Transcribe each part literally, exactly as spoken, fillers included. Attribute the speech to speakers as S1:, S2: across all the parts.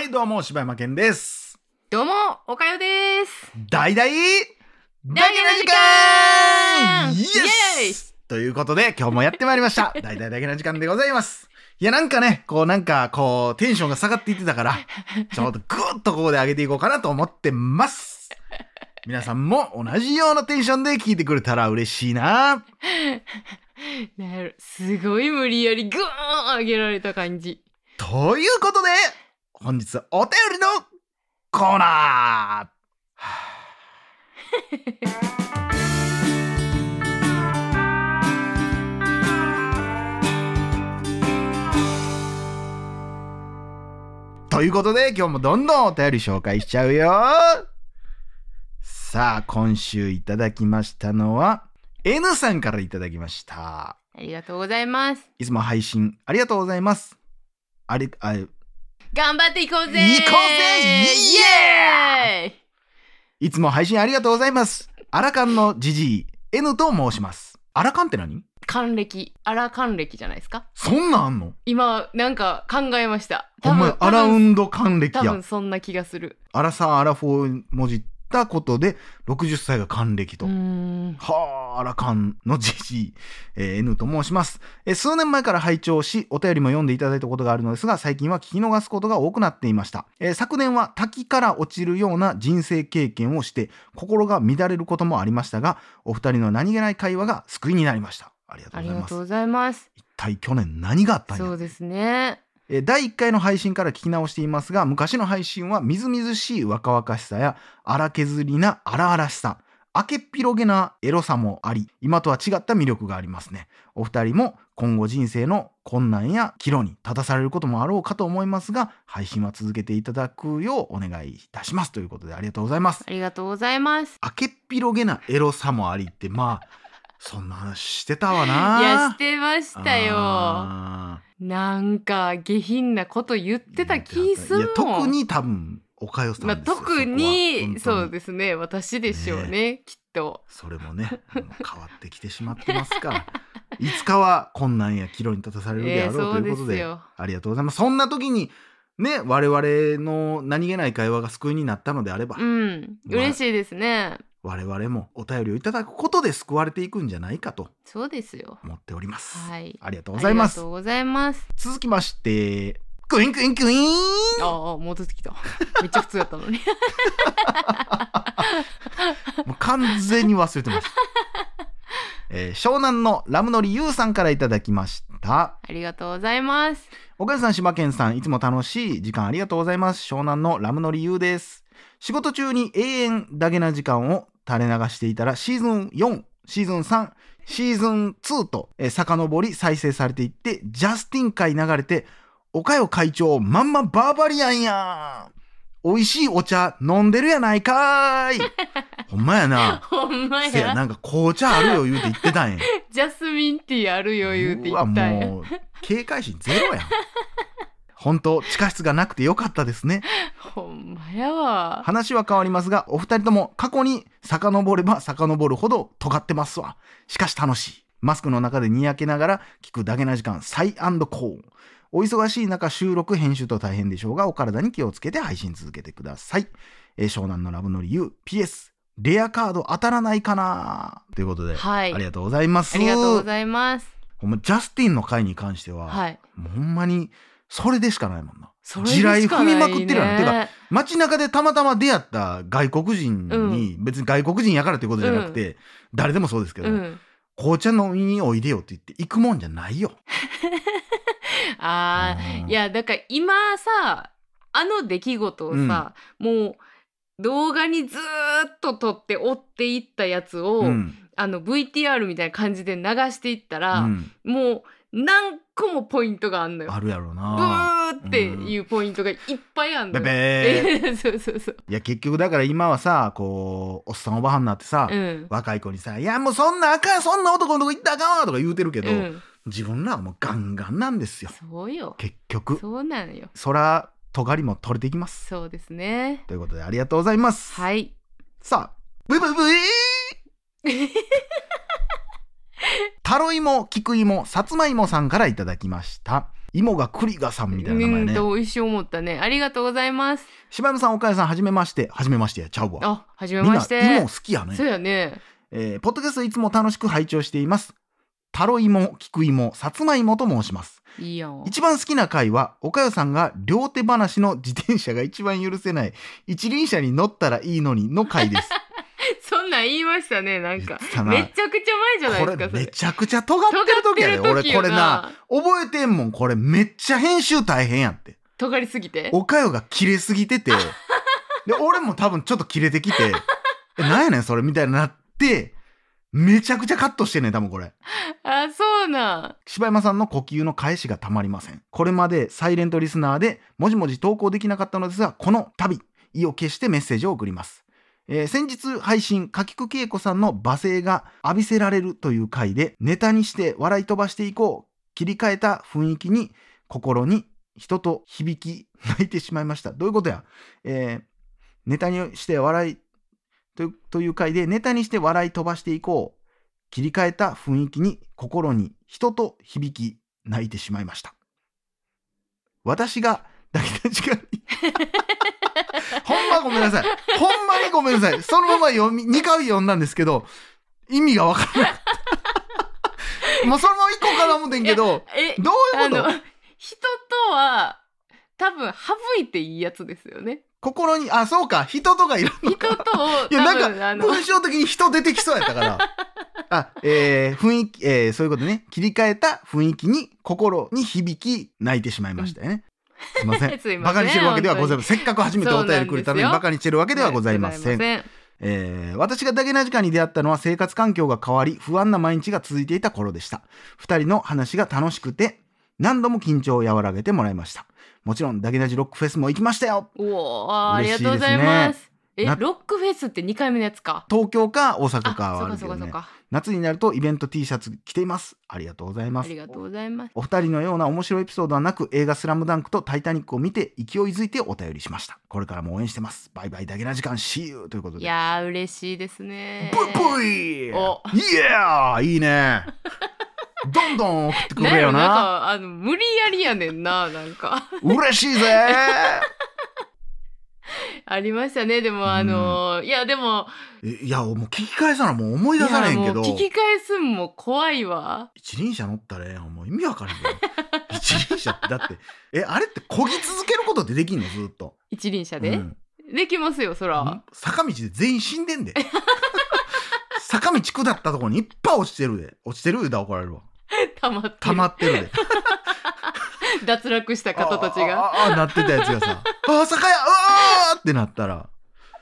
S1: はい、どうも柴山健です。
S2: どうもおかよです。
S1: 大々だけな時間イエスということで今日もやってまいりました大々だけな時間でございます。いやなんかねこうなんかこうテンションが下がっていってたからちょっとグッとここで上げていこうかなと思ってます。皆さんも同じようなテンションで聞いてくれたら嬉しいな。
S2: なるすごい無理やりグーン上げられた感じ
S1: ということで本日お便りのコーナーということで今日もどんどんお便り紹介しちゃうよ。さあ今週いただきましたのは N さんからいただきました。
S2: ありがとうございます。
S1: いつも配信ありがとうございます。あれあ
S2: 頑張っていこうぜ
S1: いこうぜイエーイ。いつも配信ありがとうございます。アラカンのジジイ N と申します。アラカンって何？
S2: 還暦、アラ還暦じゃないですか。
S1: そんなんあんの？
S2: 今なんか考えました。
S1: ほんまアラウンド還暦や。
S2: 多分そんな気がする。
S1: アラサーアラフォー文字ったことでろくじゅっさいが還暦と。
S2: うーん
S1: はあ、アラカンのジジイ、えー、N と申します、えー。数年前から拝聴しお便りも読んでいただいたことがあるのですが最近は聞き逃すことが多くなっていました、えー、昨年は滝から落ちるような人生経験をして心が乱れることもありましたがお二人の何気ない会話が救いになりました。ありがとうございます。
S2: ありがとうございます。
S1: 一体去年何があったんや。
S2: そうですね。
S1: だいいっかいの配信から聞き直していますが昔の配信はみずみずしい若々しさや荒削りな荒々しさ明けっ広げなエロさもあり今とは違った魅力がありますね。お二人も今後人生の困難や岐路に立たされることもあろうかと思いますが配信は続けていただくようお願いいたしますということでありがとうございます。
S2: ありがとうございます。
S1: 明けっ広げなエロさもありってまあそんな話してたわな。
S2: いやしてましたよ。なんか下品なこと言ってた気するもん。いや
S1: 特に多分おかよさんですよ、
S2: まあ、特にそうですね私でしょう ね, ねきっと
S1: それもね変わってきてしまってますからいつかは困難や岐路に立たされるであろう、えー、ということでありがとうございます。そんな時にね我々の何気ない会話が救いになったのであれば、
S2: うん、嬉しいですね。
S1: 我々もお便りをいただくことで救われていくんじゃないかと
S2: そうですよ
S1: 思っております。
S2: はい、
S1: ありがとうございます。
S2: ありがとうございます。
S1: 続きましてクインクインクイーン。
S2: ああ戻ってきた。めっちゃ普通だったのに
S1: もう完全に忘れてました、えー、湘南のラムノリユウさんからいただきました。
S2: ありがとうございます。
S1: 岡谷さん柴犬さんいつも楽しい時間ありがとうございます。湘南のラムノリユウです。仕事中に永遠だけな時間を垂れ流していたらシーズンよんシーズンさんシーズンツーと、えー、遡り再生されていってジャスティン回流れておかよ会長まんまバーバリアンやん美味しいお茶飲んでるやないかーいほんまやな
S2: ほんまや
S1: せやなんか紅茶あるよ言うて言ってたんや
S2: ジャスミンティーあるよ言うて言ったんや。
S1: うわもう警戒心ゼロやん本当地下室がなくてよかったですね。
S2: ほんまやわ。
S1: 話は変わりますがお二人とも過去に遡れば遡るほど尖ってますわ。しかし楽しい。マスクの中でにやけながら聞くだけな時間サイ&コーン。お忙しい中収録編集と大変でしょうがお体に気をつけて配信続けてください。えー、湘南のラブの理由 ピーエス レアカード当たらないかなということで、はい、ありがとうございます。
S2: ありがとうございます。
S1: ほんまジャスティンの回に関しては、はい、もうほんまにそれでしかないもんな。地雷踏みまくってるやん。てか街中でたまたま出会った外国人に、うん、別に外国人やからってことじゃなくて、うん、誰でもそうですけど、うん、紅茶飲みにおいでよって言って行くもんじゃないよ。
S2: あー、いやだから今さあの出来事をさ、うん、もう動画にずーっと撮って追っていったやつを、うん、あの ブイティーアール みたいな感じで流していったら、うん、もう何個もポイントがあんのよ。
S1: あるやろな。
S2: ブーっていうポイントがいっぱいあんのよ。
S1: ベベー
S2: そうそうそう。
S1: いや結局だから今はさこうおっさんおばはんになってさ、うん、若い子にさいやもうそんなあかんそんな男のとこ行ったらあかんわとか言うてるけど、うん、自分らはもうガンガンなんですよ。
S2: そうよ。
S1: 結局。
S2: そうなのよ。
S1: そら尖りも取れていきます。
S2: そうですね。
S1: ということでありがとうございます。
S2: はい。
S1: さあブイブイブイタロイモ、キクイモ、さつまいもさんからいただきました。 芋が栗がさんみたいな名前ね。
S2: うんと一瞬思ったね。ありがとうございます。
S1: 柴山さん、岡谷さん、はじめまして。はじめましてやちゃうわ。
S2: あ、はじめまして。
S1: みんな芋好きやね。
S2: そうやね。
S1: えー、ポッドキャストいつも楽しく拝聴しています。タロイモ、菊芋、さつまいもと申します。
S2: いいよ。
S1: 一番好きな回は、岡代さんが両手話の自転車が一番許せない一輪車に乗ったらいいのにの回です。
S2: そんなん言いましたね。なんかめちゃくちゃ前じゃないですか。
S1: これめちゃくちゃ尖ってる時やで。俺これな覚えてんもん。これめっちゃ編集大変やって。
S2: 尖りすぎて
S1: 岡代が切れすぎててで俺も多分ちょっと切れてきてえなんやねんそれみたいになってめちゃくちゃカットしてんねん多分これ。
S2: あ、そうなん。
S1: 柴山さんの呼吸の返しがたまりません。これまでサイレントリスナーでもじもじ投稿できなかったのですが、この度意を決してメッセージを送ります。えー、先日配信柿久恵子さんの罵声が浴びせられるという回で、ネタにして笑い飛ばしていこう、切り替えた雰囲気に心に人と響き泣いてしまいました。どういうことや、えー、ネタにして笑いという、という回でネタにして笑い飛ばしていこう、切り替えた雰囲気に心に人と響き泣いてしまいました。私がだけの時間にほんまごめんなさい。ほんまにごめんなさい。そのまま読みにかい読んだんですけど意味がわからないもうそのまま行こうかな思ってんけど、えどういうこと？あの
S2: 人とは多分省いていいやつですよね。
S1: 心に、あ、そうか、人とかいるのか。
S2: 人とを
S1: いやなんか文章的に人出てきそうやったからあ、えー、雰囲気、えー、そういうことね。切り替えた雰囲気に心に響き泣いてしまいましたよね、うん、すいませんすいません、バカにしてるわけではございません。せっかく初めてお便りくれたのにバカにしてるわけではございません。えー、私がダゲな時間に出会ったのは生活環境が変わり不安な毎日が続いていた頃でした。二人の話が楽しくて何度も緊張を和らげてもらいました。もちろんダゲナジロックフェスも行きましたよ。
S2: おー、ありがとうございます。え、ロックフェスってにかいめのやつか。
S1: 東京か大阪かはあるけどね。夏になるとイベント T シャツ着ています。ありがとうございます。
S2: ありがとうございます。
S1: お二人のような面白いエピソードはなく、映画スラムダンクとタイタニックを見て勢いづいてお便りしました。これからも応援してます。バイバイダゲな時間 See you ということで。
S2: いやー嬉しいですね。
S1: ブッブイおイエーいいねどんどん送ってくれよな。
S2: なんかあの無理やりやねんな、なんか
S1: 嬉しいぜ
S2: ありましたね。でもあのーうん、いやでも
S1: いやもう聞き返さなもう思い出さないんけど、
S2: 聞き返すんも怖いわ。
S1: 一輪車乗ったらもう意味わからんけど一輪車ってだってえあれって漕ぎ続けることってできんのずっと
S2: 一輪車で、うん、できますよそら。
S1: 坂道で全員死んでんで坂道下ったところにいっぱい落ちてるで落ちてる言うたら怒られるわ。
S2: 溜まってる
S1: 溜まってるで
S2: 脱落した方たちが
S1: あああなってたやつがさあ坂やうわーってなったら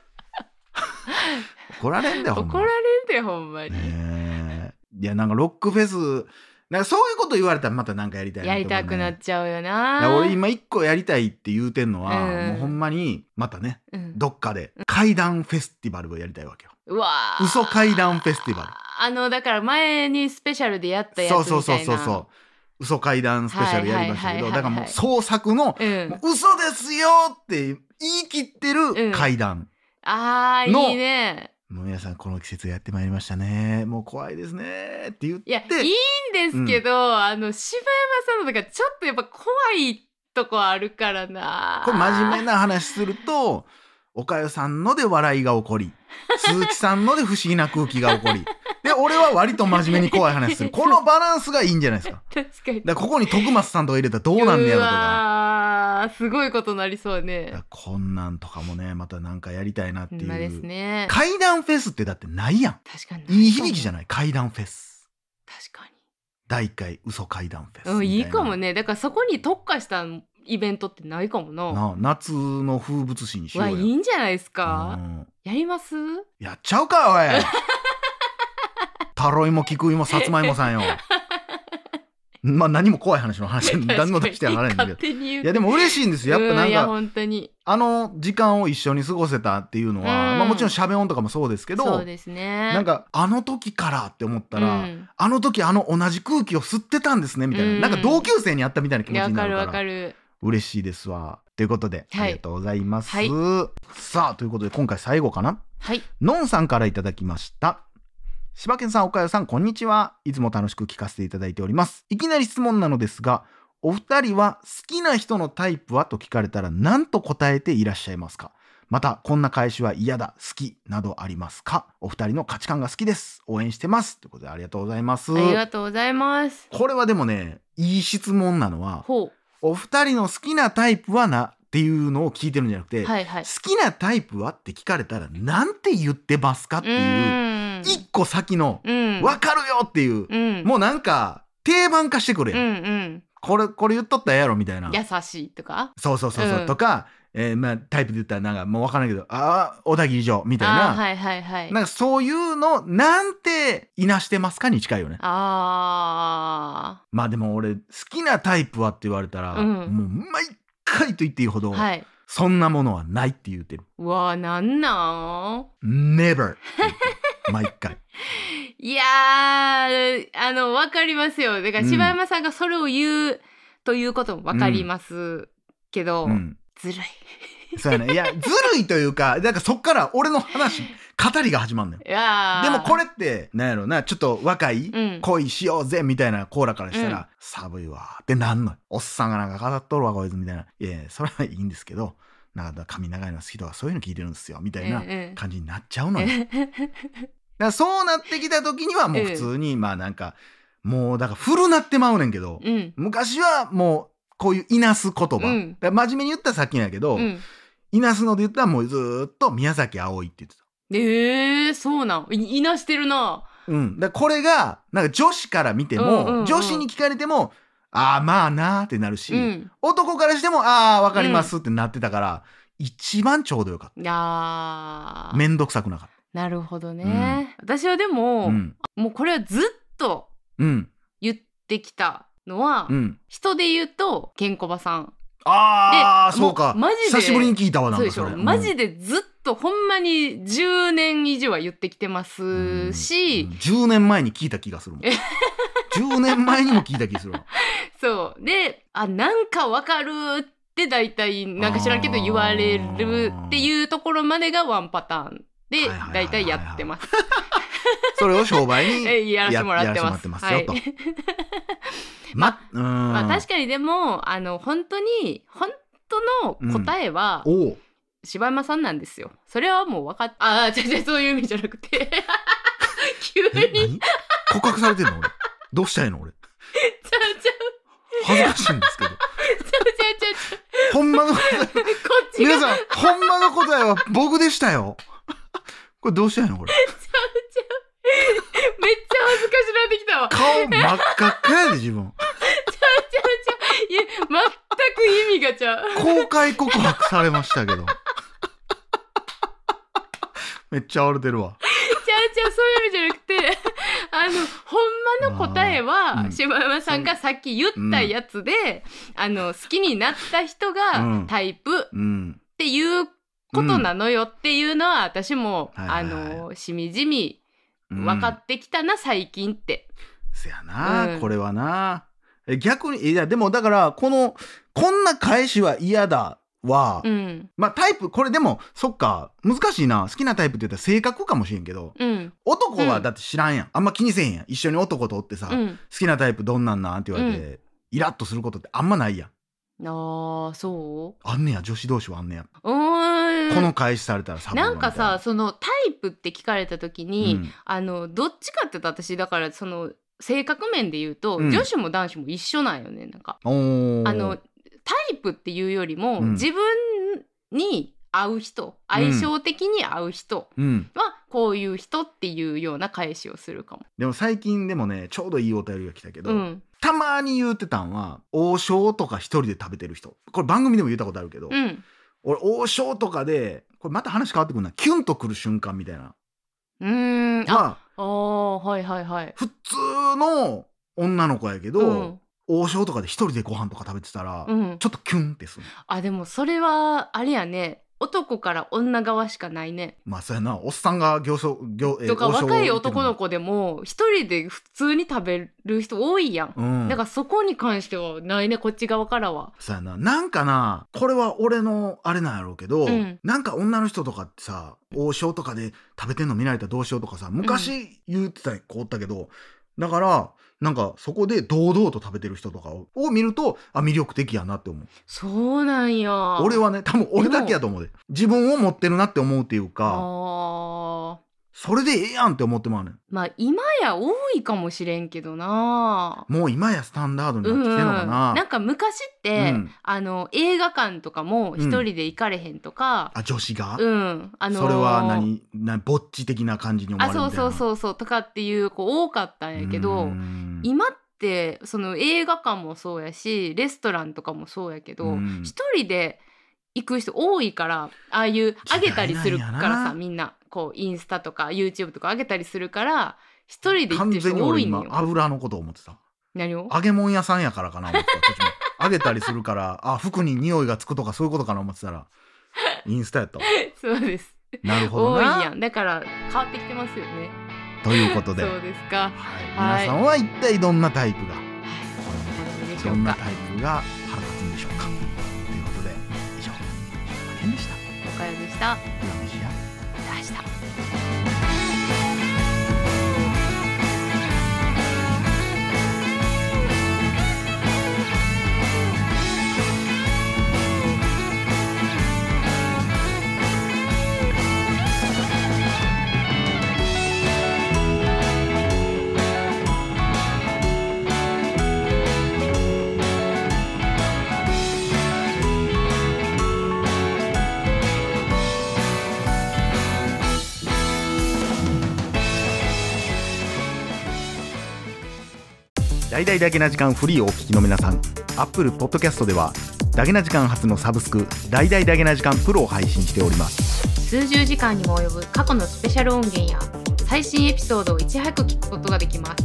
S1: 怒られんだよほんま。
S2: 怒られんだよほんまに、
S1: ね、いやなんかロックフェスなんかそういうこと言われたらまたなんかやりたいなと思う、ね、
S2: やりたくなっちゃうよな。
S1: 俺今一個やりたいって言うてんのは、うん、もうほんまにまたね、うん、どっかで怪談フェスティバルをやりたいわけよ。
S2: うわ
S1: 嘘怪談フェスティバル。
S2: あのだから前にスペシャルでやったやつみたいな。
S1: そうそうそうそうそう嘘怪談スペシャルやりましたけど、だからもう創作の、うん、嘘ですよって言い切ってる怪談、うん、
S2: あーいいね。
S1: もう皆さんこの季節やってまいりましたね、もう怖いですねって言って。
S2: いやいいんですけど、うん、あの柴山さんのとかちょっとやっぱ怖いとこあるからな。
S1: これ真面目な話すると岡代さんので笑いが起こり鈴木さんので不思議な空気が起こりで俺は割と真面目に怖い話するこのバランスがいいんじゃないですか。
S2: 確かに。
S1: だからここに徳松さんとか入れたらどうなんねやろとか。
S2: あーすごいことなりそうね。
S1: こんなんとかもねまたなんかやりたいなっていう。
S2: ですね。
S1: 怪談フェスってだってないやん。
S2: 確かに
S1: いい響きじゃない怪談フェス。
S2: 確かに
S1: だいいっかい嘘怪談フェス、
S2: うん、いいかもね。だからそこに特化したイベントってないかも な,
S1: な夏の風物詩にしようよ。
S2: わいいんじゃないですか、うん、やります。
S1: やっちゃうかおいタロイモ菊芋さつまいもさんよまあ何も怖い話の話何も出してはならないんだけどいやでも嬉しいんですよやっぱなんか、うん、いや本当にあの時間を一緒に過ごせたっていうのは、うんまあ、もちろんしゃべ音とかもそうですけど
S2: そうですね
S1: なんかあの時からって思ったら、うん、あの時あの同じ空気を吸ってたんですねみたいな、うん、なんか同級生に会ったみたいな気持ちになるからわかるわかる嬉しいですわということで、はい、ありがとうございます、はい、さあということで今回最後かなはいのんさんからいただきました。柴犬さん岡代さんこんにちは。いつも楽しく聞かせていただいております。いきなり質問なのですがお二人は好きな人のタイプはと聞かれたら何と答えていらっしゃいますか？またこんな返しは嫌だ、好きなどありますか？お二人の価値観が好きです、応援してますということでありがとうございます。
S2: ありがとうございます。
S1: これはでもね、いい質問なのは、
S2: ほう、
S1: お二人の好きなタイプはなっていうのを聞いてるんじゃなくて、
S2: はいはい、
S1: 好きなタイプはって聞かれたらなんて言ってますかっていう一個先の、
S2: うん、
S1: 分かるよっていう、うん、もうなんか定番化してくるやん、うんうん、これこれ言っとったらやろみたいな、
S2: 優しいとか、
S1: そうそうそうそう、うん、とか、えーまあ、タイプで言ったらなんかもう分からないけど、ああ小田切城みたいな、
S2: はいはいはい、
S1: なんかそういうのなんていなしてますかに近いよね。
S2: あ
S1: まあでも俺好きなタイプはって言われたら、うん、もう毎回と言っていいほど、はい、そんなものはないって言ってる。
S2: うわ、なんなん
S1: Never 毎回
S2: いやー、あの分かりますよ。だから柴山さんがそれを言うということも分かりますけど、うんうん、ずるい
S1: そうやね。いやずるいというか、だからそっから俺の話語りが始まるのよ。いやでもこれってなんやろな、ちょっと若い、うん、恋しようぜみたいなコーラからしたら、うん、寒いわってなんのよ。おっさんがなんか語っとるわこいつみたいな。いやそれはいいんですけど、なんか髪長いの好きとかそういうの聞いてるんですよみたいな感じになっちゃうのよ。だからそうなってきた時にはもう普通に、うん、まあなんかもうだから古なってまうねんけど、うん、昔はもうこういういなす言葉、うん、真面目に言ったらさっきやけど、うん、いなすので言ったらもうずっと宮崎あおいって言ってた。
S2: えー、そうなん い, いなしてるな。
S1: うん、だからこれがなんか女子から見ても、うんうんうん、女子に聞かれてもああまあなーってなるし、うん、男からしてもああわかりますってなってたから、うん、一番ちょうどよかった。あめんどくさくなかった。
S2: なるほどね、うん、私はでも、うん、もうこれはずっと言ってきたのは、うん、人で言うとケンコバさん。
S1: ああそうか、マジで久しぶりに聞いたわ。なんかそれ、
S2: うん、マジでずっとほんまにじゅうねん以上は言ってきてますし、
S1: うんうん、じゅうねんまえに聞いた気がするもんじゅうねんまえにも聞いた気がするわ
S2: そうで、あなんかわかるって大体なんか知らんけど言われるっていうところまでがワンパターンで大体やってます。
S1: それを商売に
S2: やらせてもらってます。
S1: ますよと。
S2: ま, まあ確かにでもあの本当に本当の答えは、うん、柴山さんなんですよ。それはもう分かっああ違う違うそういう意味じゃなくて急に
S1: 告白されてんの俺どうしたいの俺ちゃうちゃう恥ずかしいんですけどちゃうちゃうちゃうちゃうほんまの答えこっち皆さんほんまの答えは僕でしたよこれどうしたいのこれちゃうちゃう
S2: めっちゃ恥ずかしなってきたわ。
S1: 顔真っ赤っかやで自分。ちゃう
S2: ちゃうちゃう。いや全く意味がちゃう。
S1: 公開告白されましたけど。めっちゃ荒れてるわ。
S2: ちゃうちゃうそういう意味じゃなくて、あのほんまの答えは、うん、柴山さんがさっき言ったやつで、うん、あの好きになった人がタイプっていうことなのよっていうのは私も、うん、あのしみじみ分かってきたな、うん、最近って。
S1: せやな、うん、これはな。逆にいやでもだからこのこんな返しは嫌だは、うん、まあタイプこれでもそっか難しいな。好きなタイプって言ったら性格かもしれんけど、うん、男はだって知らんやん、あんま気にせえへんやん。一緒に男とおってさ、うん、好きなタイプどんなんなんって言われて、うん、イラッとすることってあんまないやん。
S2: あーそう
S1: あんねや、女子同士はあんねや。うーんこの返しされたらさ
S2: なんかさそのタイプって聞かれた時に、うん、あのどっちかって言うと私だからその性格面で言うと、うん、女子も男子も一緒なんよね。なんかあのタイプっていうよりも、うん、自分に合う人相性的に合う人はこういう人っていうような返しをするかも。
S1: でも最近でもねちょうどいいお便りが来たけど、うんたまに言うてたんは王将とか一人で食べてる人。これ番組でも言ったことあるけど、うん、俺王将とかでこれまた話変わってくるな、キュンとくる瞬間みたいな
S2: うーんああはいはいはい
S1: 普通の女の子やけど、うん、王将とかで一人でご飯とか食べてたら、うん、ちょっとキュンってする。
S2: あでもそれはあれやね男から女側しかないね。
S1: まあそうやなおっさんが行商行
S2: とか若い男の子でも一人で普通に食べる人多いやん、うん、だからそこに関してはないねこっち側からは。
S1: そうやななんかなこれは俺のあれなんやろうけど、うん、なんか女の人とかってさ王将とかで食べてんの見られたらどうしようとかさ昔言ってた子おったけど、うんだからなんかそこで堂々と食べてる人とかをを見ると、あ、魅力的やなって思う。
S2: そうなんや。
S1: 俺はね、多分俺だけやと思うで。自分を持ってるなって思うっていうか、
S2: あ
S1: それでええやんって思ってまうねん。
S2: まあ今や多いかもしれんけどな。
S1: もう今やスタンダードに
S2: う
S1: なってきてんのか
S2: ん、
S1: な。
S2: なんか昔って、
S1: うん
S2: あの映画館とかも一人で行かれへんとか、
S1: あ、女子が、
S2: うん、あのー
S1: それは何なぼっち的な感じに思わ
S2: あ、
S1: れるみたいな。
S2: そうそうそうそうとかっていう子多かったんやけど、
S1: うーん
S2: 今ってその映画館もそうやしレストランとかもそうやけど、
S1: うん
S2: 一人で行く人多いから、ああいう上げたりするか
S1: 時代なんやな
S2: らさ、みんなこうインスタとか YouTube とか上げたりするから一人で行っ
S1: 完
S2: てる人
S1: 全に俺今
S2: 多いのよ。
S1: 油のことを思ってた。
S2: 何を？
S1: 揚げ物屋さんやからかな思ってた。途中も揚げたりするからあ服に匂いがつくとかそういうことかな思ってたらインスタやったわ。
S2: そうです。
S1: なるほど
S2: 多い
S1: な。
S2: やん。だから変わってきてますよね。
S1: ということで、
S2: そうですか。
S1: はい、皆さんは一体どんなタイプが
S2: はい。お好みでしょ
S1: どんな
S2: うか。
S1: タイプが腹立つんでしょうか。ということで以上大変でした。
S2: おかよでした。
S1: 岩飯屋
S2: でした。
S1: 大々だけな時間フリーをお聞きの皆さん、Apple Podcast ではだけな時間初のサブスク大々だけな時間プロを配信しております。
S2: 数十時間にも及ぶ過去のスペシャル音源や最新エピソードをいち早く聞くことができます。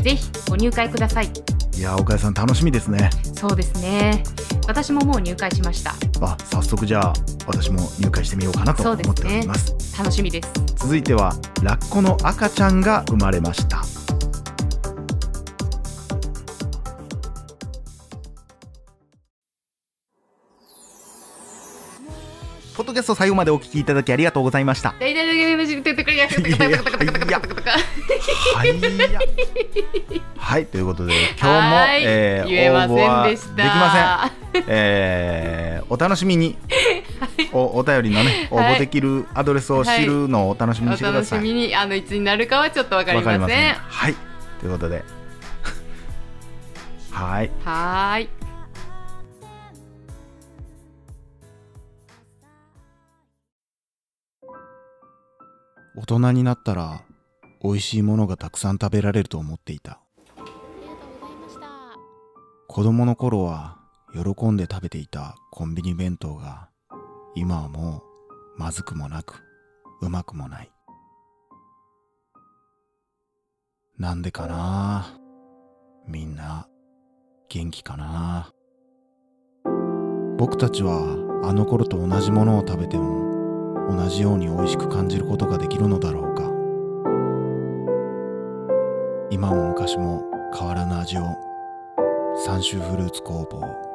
S2: ぜひご入会ください。
S1: いやー岡谷さん楽しみですね。
S2: そうですね。私ももう入会しました。
S1: あ、早速じゃあ私も入会してみようかなと思っております。
S2: 楽しみです。
S1: 続いてはラッコの赤ちゃんが生まれました。ポッドキャスト最後までお聞きいただきありがとうございました。
S2: 大々だけな時間てや
S1: はいやはいということで今日も、えー、
S2: 言えませんでした。
S1: 応募はできません。えー、お楽しみにお, お便りのね応募できるアドレスを知るのをお楽しみにしてください。
S2: お楽しみに。あのいつになるかはちょっとわかりません。
S1: わかりません。はいということではい
S2: はーい。
S1: 大人になったら美味しいものがたくさん食べられると思っていた。
S2: ありがとうございました。
S1: 子供の頃は喜んで食べていたコンビニ弁当が今はもうまずくもなくうまくもない。なんでかな。みんな元気かな。僕たちはあの頃と同じものを食べても同じように美味しく感じることができるのだろうか。今も昔も変わらぬ味を。三州フルーツ工房。